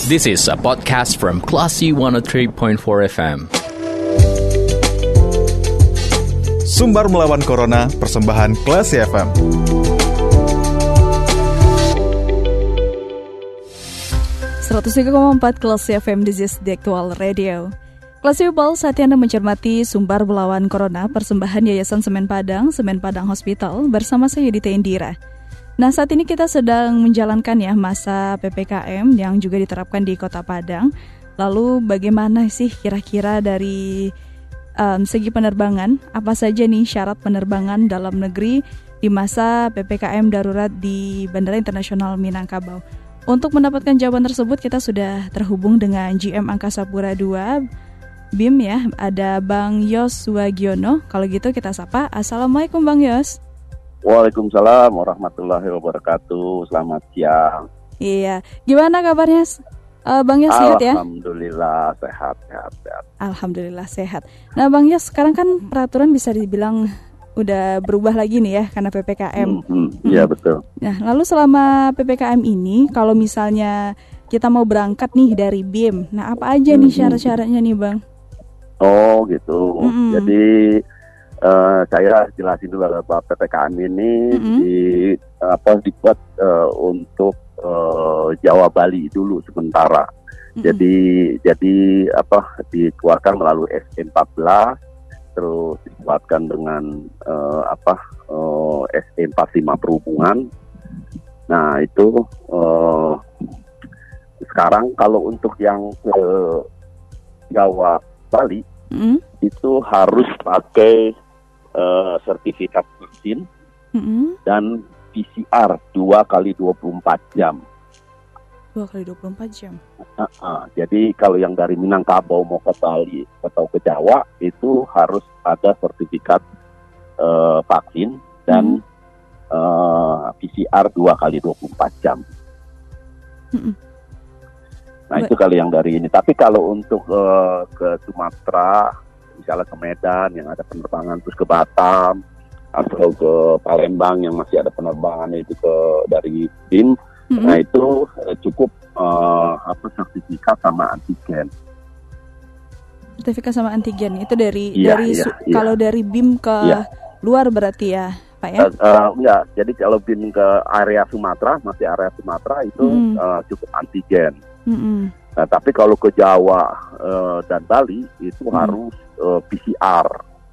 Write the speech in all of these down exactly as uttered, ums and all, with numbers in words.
This is a podcast from Classy one oh three point four F M. Sumbar melawan Corona, persembahan Classy F M. seratus tiga koma empat Classy F M, this is the actual radio. Classy People, saatnya Anda mencermati Sumbar melawan Corona, persembahan Yayasan Semen Padang, Semen Padang Hospital, bersama saya Yudita Indira. Nah, saat ini kita sedang menjalankan ya masa P P K M yang juga diterapkan di Kota Padang. Lalu bagaimana sih kira-kira dari um, segi penerbangan, apa saja nih syarat penerbangan dalam negeri di masa P P K M darurat di Bandara Internasional Minangkabau? Untuk mendapatkan jawaban tersebut kita sudah terhubung dengan G M Angkasa Pura dua B I M ya, ada Bang Yos Wagiono. Kalau gitu kita sapa. Assalamualaikum Bang Yos. Waalaikumsalam warahmatullahi wabarakatuh. Selamat siang. Iya, gimana kabarnya uh, Bang Yos, sehat ya? Alhamdulillah sehat, sehat, sehat. Alhamdulillah sehat. Nah Bang Yos, sekarang kan peraturan bisa dibilang udah berubah lagi nih ya karena P P K M. Iya hmm, betul. Nah lalu selama P P K M ini, kalau misalnya kita mau berangkat nih dari B I M, nah apa aja hmm. nih syarat-syaratnya nih Bang? Oh gitu. Hmm. Jadi Uh, saya jelasin dulu bahwa P P K M ini mm-hmm. di apa dibuat uh, untuk uh, Jawa Bali dulu sementara. Mm-hmm. Jadi jadi apa dikeluarkan melalui S E empat belas, terus dikuatkan dengan uh, apa uh, S E empat puluh lima perhubungan. Nah itu uh, sekarang kalau untuk yang ke Jawa Bali mm-hmm. itu harus pakai Uh, sertifikat vaksin mm-hmm. dan P C R dua kali dua puluh empat jam. dua kali dua puluh empat jam. Uh-uh. Jadi kalau yang dari Minangkabau mau ke Bali atau ke Jawa itu harus ada sertifikat uh, vaksin dan mm-hmm. uh, P C R dua kali dua puluh empat jam. Mm-hmm. Nah Be- itu kalau yang dari ini. Tapi kalau untuk uh, ke Sumatera, misalnya ke Medan yang ada penerbangan, terus ke Batam atau ke Palembang yang masih ada penerbangan itu ke dari B I M, mm-hmm. nah itu eh, cukup uh, apa sertifikat sama antigen. Sertifikat sama antigen itu dari ya, dari ya, su- ya. Kalau dari B I M ke ya. luar berarti ya Pak ya? Uh, uh, enggak, jadi kalau B I M ke area Sumatera, masih area Sumatera itu mm-hmm. uh, cukup antigen. Mm-hmm. Nah, tapi kalau ke Jawa uh, dan Bali itu hmm. harus uh, P C R.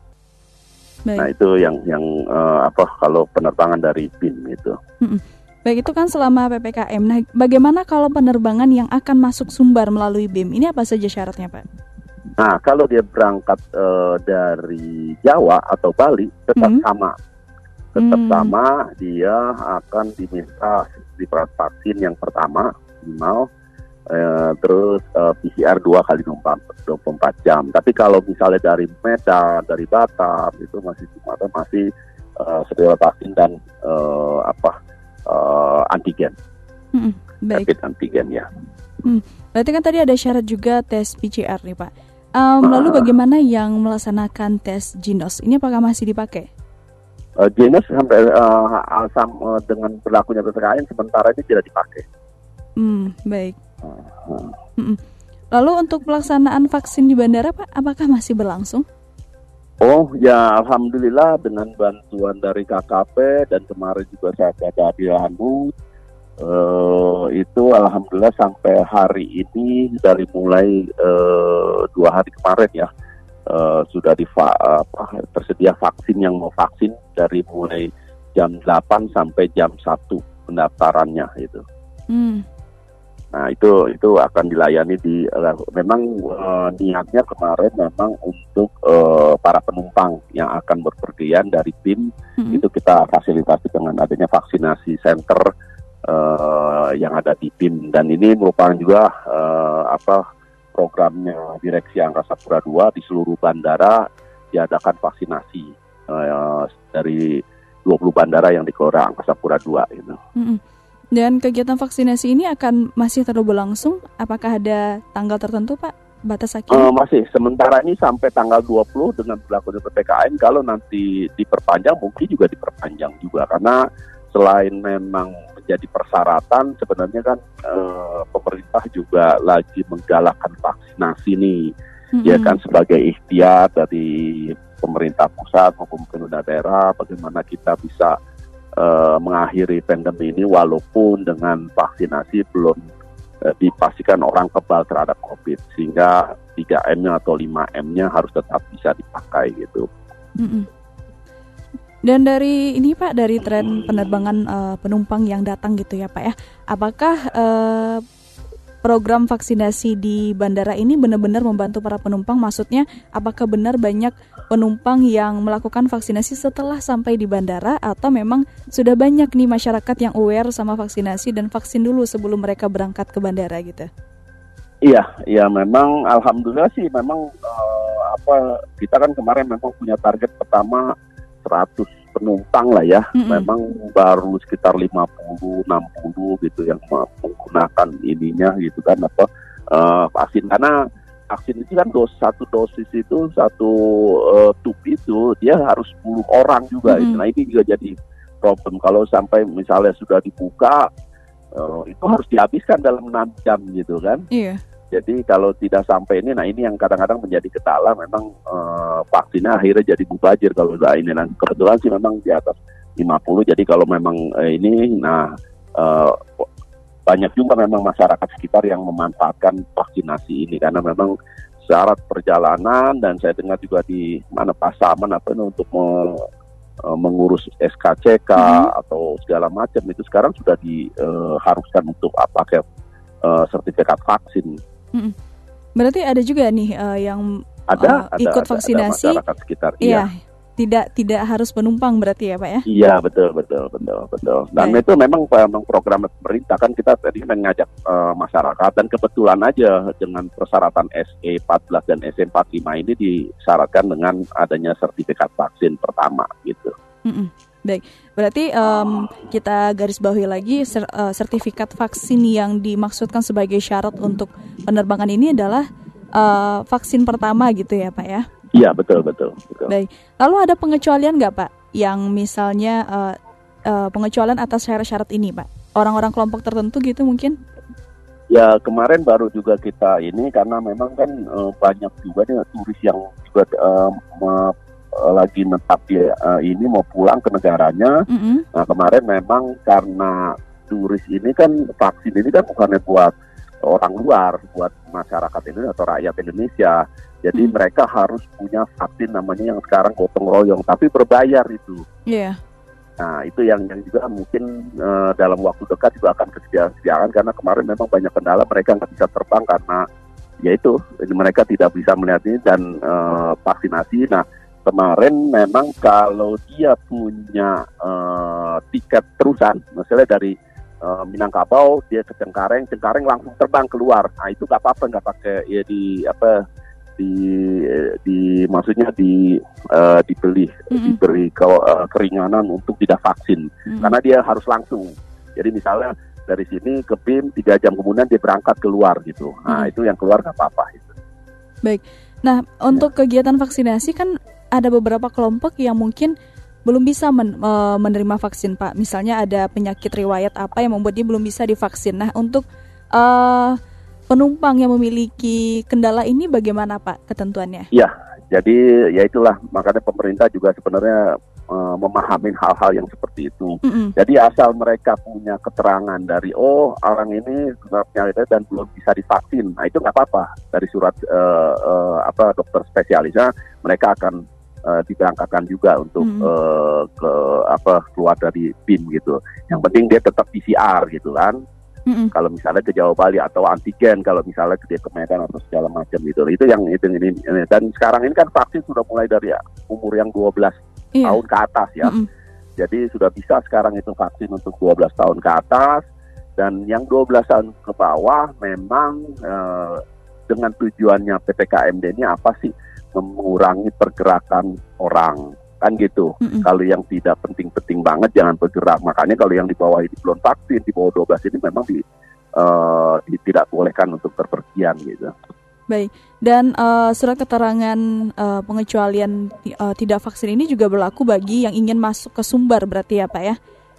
Baik. Nah itu yang yang uh, apa kalau penerbangan dari B I M itu. Hmm. Baik, itu kan selama P P K M. Nah, bagaimana kalau penerbangan yang akan masuk Sumbar melalui B I M? Ini apa saja syaratnya, Pak? Nah, kalau dia berangkat uh, dari Jawa atau Bali tetap hmm. sama, tetap hmm. sama. Dia akan diminta sertifikat vaksin yang pertama minimal. Uh, terus uh, P C R dua kali dua puluh empat jam. Tapi kalau misalnya dari Medan, dari Batam itu masih masih uh, sertifikat vaksin dan uh, apa uh, antigen, hmm, rapid antigen ya. Hmm, berarti kan tadi ada syarat juga tes P C R nih Pak. Um, uh, lalu bagaimana yang melaksanakan tes Ginos? Ini apakah masih dipakai? Uh, Ginos sampai uh, asam uh, dengan berlakunya P P K M sementara ini tidak dipakai. Hmm, baik. Hmm. Lalu untuk pelaksanaan vaksin di bandara Pak, apakah masih berlangsung? Oh ya, alhamdulillah dengan bantuan dari K K P dan kemarin juga saya ada di Lahanbu, uh, itu alhamdulillah sampai hari ini dari mulai uh, dua hari kemarin ya uh, sudah di apa, tersedia vaksin yang mau vaksin dari mulai jam delapan sampai jam satu pendaftarannya itu. Hmm. Nah itu itu akan dilayani di uh, memang uh, niatnya kemarin memang untuk uh, para penumpang yang akan berpergian dari B I M mm-hmm. itu kita fasilitasi dengan adanya vaksinasi center uh, yang ada di B I M dan ini merupakan juga uh, apa programnya Direksi Angkasa Pura dua di seluruh bandara diadakan vaksinasi uh, dari dua puluh bandara yang dikelola Angkasa Pura dua itu. Mm-hmm. Dan kegiatan vaksinasi ini akan masih terus berlangsung? Apakah ada tanggal tertentu Pak? Batas akhir? Uh, masih, sementara ini sampai tanggal dua puluh dengan berlakunya P P K M. Kalau nanti diperpanjang mungkin juga diperpanjang juga. Karena selain memang menjadi persyaratan sebenarnya kan uh, pemerintah juga lagi menggalakkan vaksinasi nih, mm-hmm. ya kan, sebagai ikhtiar dari pemerintah pusat maupun pemerintah daerah bagaimana kita bisa uh, mengakhiri pandemi ini walaupun dengan vaksinasi belum uh, dipastikan orang kebal terhadap COVID, sehingga tiga M-nya atau lima M-nya harus tetap bisa dipakai gitu. Mm-hmm. Dan dari ini Pak, dari tren penerbangan uh, penumpang yang datang gitu ya Pak ya, apakah uh, program vaksinasi di bandara ini benar-benar membantu para penumpang? Maksudnya apakah benar banyak penumpang yang melakukan vaksinasi setelah sampai di bandara, atau memang sudah banyak nih masyarakat yang aware sama vaksinasi dan vaksin dulu sebelum mereka berangkat ke bandara gitu? Iya, iya memang alhamdulillah sih memang uh, apa kita kan kemarin memang punya target pertama seratus penumpang lah ya, mm-hmm. memang baru sekitar lima puluh enam puluh gitu yang menggunakan ininya gitu kan apa uh, vaksin, karena vaksin itu kan dos satu dosis itu satu uh, tub itu dia harus sepuluh orang juga, mm-hmm. gitu. Nah ini juga jadi problem kalau sampai misalnya sudah dibuka uh, itu harus dihabiskan dalam enam jam gitu kan. Iya. Jadi kalau tidak sampai ini, nah ini yang kadang-kadang menjadi kendala, memang uh, vaksinnya akhirnya jadi mubazir kalau udah ini. Nah kebetulan sih memang di atas lima puluh, jadi kalau memang uh, ini, nah uh, banyak juga memang masyarakat sekitar yang memanfaatkan vaksinasi ini, karena memang syarat perjalanan, dan saya dengar juga di mana Pasaman apa ini untuk me, uh, mengurus S K C K mm-hmm. atau segala macam itu sekarang sudah diharuskan uh, untuk apa kayak uh, sertifikat vaksin. Hmm. Berarti ada juga nih uh, yang ada, uh, ikut ada, vaksinasi, ada masyarakat sekitar, iya, iya. tidak tidak harus penumpang berarti ya Pak ya? Iya betul betul betul betul. Dan Baik. Itu memang memang program pemerintah kan, kita tadi mengajak uh, masyarakat, dan kebetulan aja dengan persyaratan S E empat belas dan S E empat puluh lima ini disyaratkan dengan adanya sertifikat vaksin pertama gitu. Mm-mm. Baik, berarti um, kita garis bawahi lagi ser, uh, sertifikat vaksin yang dimaksudkan sebagai syarat untuk penerbangan ini adalah uh, vaksin pertama gitu ya Pak ya? Iya betul betul. betul. Baik, lalu ada pengecualian nggak Pak? Yang misalnya uh, uh, pengecualian atas syarat-syarat ini Pak? Orang-orang kelompok tertentu gitu mungkin? Ya kemarin baru juga kita ini, karena memang kan uh, banyak juga nih turis yang juga uh, me- lagi menetap di uh, ini mau pulang ke negaranya. Mm-hmm. Nah kemarin memang karena turis ini kan vaksin ini kan bukannya buat orang luar, buat masyarakat ini atau rakyat Indonesia. Jadi mm-hmm. mereka harus punya vaksin namanya yang sekarang gotong royong, tapi berbayar itu. Iya. Yeah. Nah itu yang yang juga mungkin uh, dalam waktu dekat juga akan kesediaan, karena kemarin memang banyak kendala, mereka nggak bisa terbang karena yaitu mereka tidak bisa melihat ini dan uh, vaksinasi. Nah kemarin memang kalau dia punya uh, tiket terusan, misalnya dari uh, Minangkabau dia ke Cengkareng, Cengkareng langsung terbang keluar. Nah itu nggak apa-apa, nggak pakai ya di apa di di maksudnya di uh, dibeli mm-hmm. diberi ke, uh, keringanan untuk tidak vaksin, mm-hmm. karena dia harus langsung. Jadi misalnya dari sini ke B I M tiga jam kemudian dia berangkat keluar gitu. Nah mm-hmm. itu yang keluar nggak apa-apa. Gitu. Baik. Nah untuk ya. kegiatan vaksinasi kan ada beberapa kelompok yang mungkin belum bisa men, e, menerima vaksin Pak. Misalnya ada penyakit riwayat apa yang membuat dia belum bisa divaksin. Nah untuk e, penumpang yang memiliki kendala ini bagaimana Pak ketentuannya? Ya, jadi ya itulah makanya pemerintah juga sebenarnya e, memahami hal-hal yang seperti itu. Mm-hmm. Jadi asal mereka punya keterangan dari oh orang ini penyakit dan belum bisa divaksin, nah itu nggak apa-apa. Dari surat e, e, apa dokter spesialisnya mereka akan Uh, diberangkatkan juga untuk hmm. uh, ke apa keluar dari B I M gitu. Yang penting dia tetap P C R gitu kan. Hmm. Kalau misalnya ke Jawa Bali atau antigen kalau misalnya dia ke Medan atau segala macam gitu. Itu yang itu ini, ini dan sekarang ini kan vaksin sudah mulai dari ya, umur yang dua belas yeah. tahun ke atas ya. Hmm. Jadi sudah bisa sekarang itu vaksin untuk dua belas tahun ke atas, dan yang dua belas tahun ke bawah memang uh, dengan tujuannya P P K M D ini apa sih? Mengurangi pergerakan orang kan gitu. Mm-hmm. Kalau yang tidak penting-penting banget jangan bergerak. Makanya kalau yang di bawah ini belum vaksin, di bawah dua belas ini memang di, uh, di tidak bolehkan untuk berpergian gitu. Baik. Dan uh, surat keterangan uh, pengecualian uh, tidak vaksin ini juga berlaku bagi yang ingin masuk ke Sumbar berarti ya Pak ya?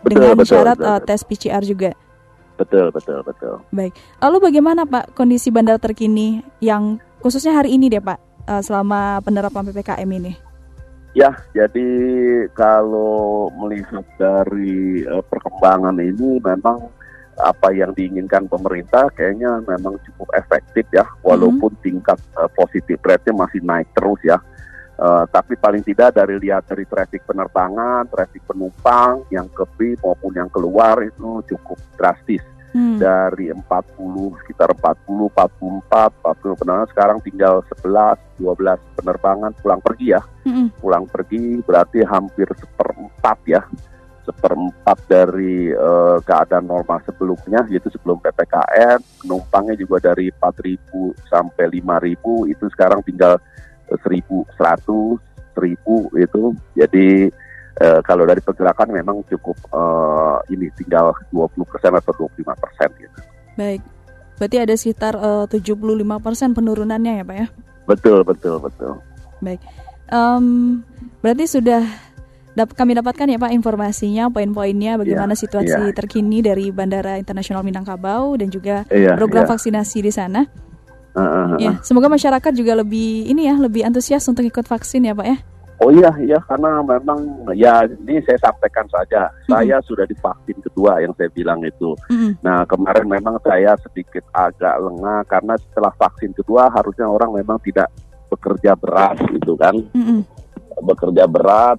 Betul, dengan betul, syarat betul, uh, betul. tes P C R juga. Betul, betul, betul. Baik. Lalu bagaimana Pak kondisi bandara terkini yang khususnya hari ini deh Pak, uh, selama penerapan P P K M ini? Ya, jadi kalau melihat dari uh, perkembangan ini memang apa yang diinginkan pemerintah kayaknya memang cukup efektif ya, walaupun mm-hmm. tingkat uh, positif rate-nya masih naik terus ya. Uh, tapi paling tidak dari lihat dari traffic penerbangan, traffic penumpang yang ke B maupun yang keluar itu cukup drastis. Hmm. Dari empat puluh, sekitar empat puluh, empat puluh empat, empat puluh penerbangan sekarang tinggal sebelas, dua belas penerbangan pulang pergi ya. Hmm. Pulang pergi berarti hampir seperempat ya. Seperempat dari uh, keadaan normal sebelumnya, yaitu sebelum P P K M. Penumpangnya juga dari empat ribu sampai lima ribu, itu sekarang tinggal seribu seratus, seribu itu. Jadi eh, kalau dari pergerakan memang cukup eh, ini tinggal dua puluh persen atau dua puluh lima persen gitu. Baik, berarti ada sekitar eh, tujuh puluh lima persen penurunannya ya Pak ya? Betul, betul, betul. Baik, um, berarti sudah dap- kami dapatkan ya Pak informasinya, poin-poinnya bagaimana yeah, situasi yeah. terkini dari Bandara Internasional Minangkabau dan juga yeah, program yeah. vaksinasi di sana. Uh, uh, uh. Ya, semoga masyarakat juga lebih ini ya, lebih antusias untuk ikut vaksin ya Pak ya. Oh iya, iya karena memang ya ini saya sampaikan saja, mm-hmm. saya sudah divaksin kedua yang saya bilang itu. Mm-hmm. Nah kemarin memang saya sedikit agak lengah karena setelah vaksin kedua harusnya orang memang tidak bekerja berat gitu kan, mm-hmm. bekerja berat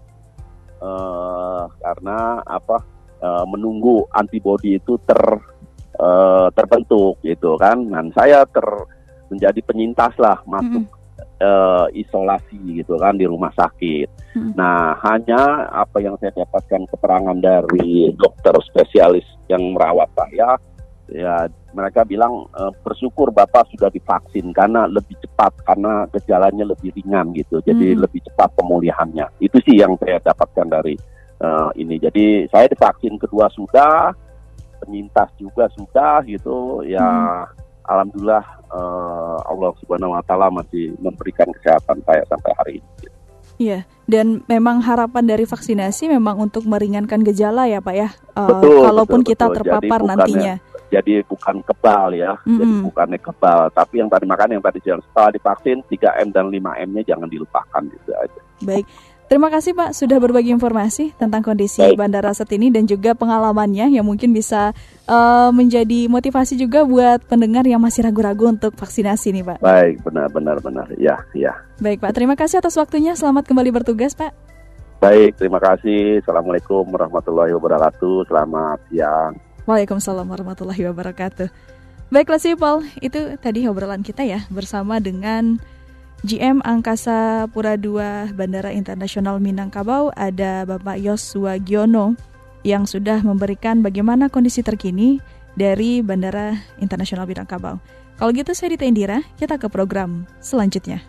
uh, karena apa uh, menunggu antibodi itu ter uh, terbentuk gitu kan. Dan saya ter menjadi penyintas lah masuk mm-hmm. uh, isolasi gitu kan di rumah sakit. Mm-hmm. Nah hanya apa yang saya dapatkan keterangan dari dokter spesialis yang merawat saya, ya mereka bilang uh, bersyukur Bapak sudah divaksin karena lebih cepat, karena gejalanya lebih ringan gitu, jadi mm-hmm. lebih cepat pemulihannya. Itu sih yang saya dapatkan dari uh, ini. Jadi saya divaksin kedua sudah, penyintas juga sudah gitu ya. Mm-hmm. Alhamdulillah uh, Allah Subhanahu Wa Taala masih memberikan kesehatan saya sampai hari ini. Iya, dan memang harapan dari vaksinasi memang untuk meringankan gejala ya Pak ya. Uh, betul. Kalaupun betul, kita betul. terpapar jadi nantinya. Bukannya, jadi bukan kebal ya, mm-hmm. jadi bukannya kebal. Tapi yang tadi makan yang tadi setelah divaksin tiga M dan lima M-nya jangan dilupakan gitu aja. Baik. Terima kasih Pak sudah berbagi informasi tentang kondisi Baik. bandara saat ini dan juga pengalamannya yang mungkin bisa uh, menjadi motivasi juga buat pendengar yang masih ragu-ragu untuk vaksinasi nih Pak. Baik, benar benar benar. Ya, ya. Baik Pak, terima kasih atas waktunya. Selamat kembali bertugas Pak. Baik, terima kasih. Assalamualaikum warahmatullahi wabarakatuh. Selamat siang. Waalaikumsalam warahmatullahi wabarakatuh. Baiklah Sipol, itu tadi obrolan kita ya bersama dengan G M Angkasa Pura dua Bandara Internasional Minangkabau, ada Bapak Yosua Giono yang sudah memberikan bagaimana kondisi terkini dari Bandara Internasional Minangkabau. Kalau gitu saya Dita Indira, kita ke program selanjutnya.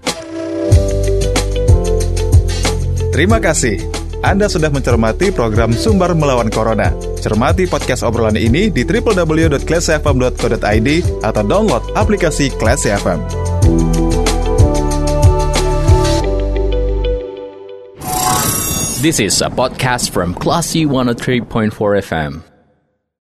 Terima kasih. Anda sudah mencermati program Sumber Melawan Corona. Cermati podcast obrolan ini di double-u double-u double-u dot classy f m dot co dot i d atau download aplikasi Classy F M. This is a podcast from Classy one oh three point four F M.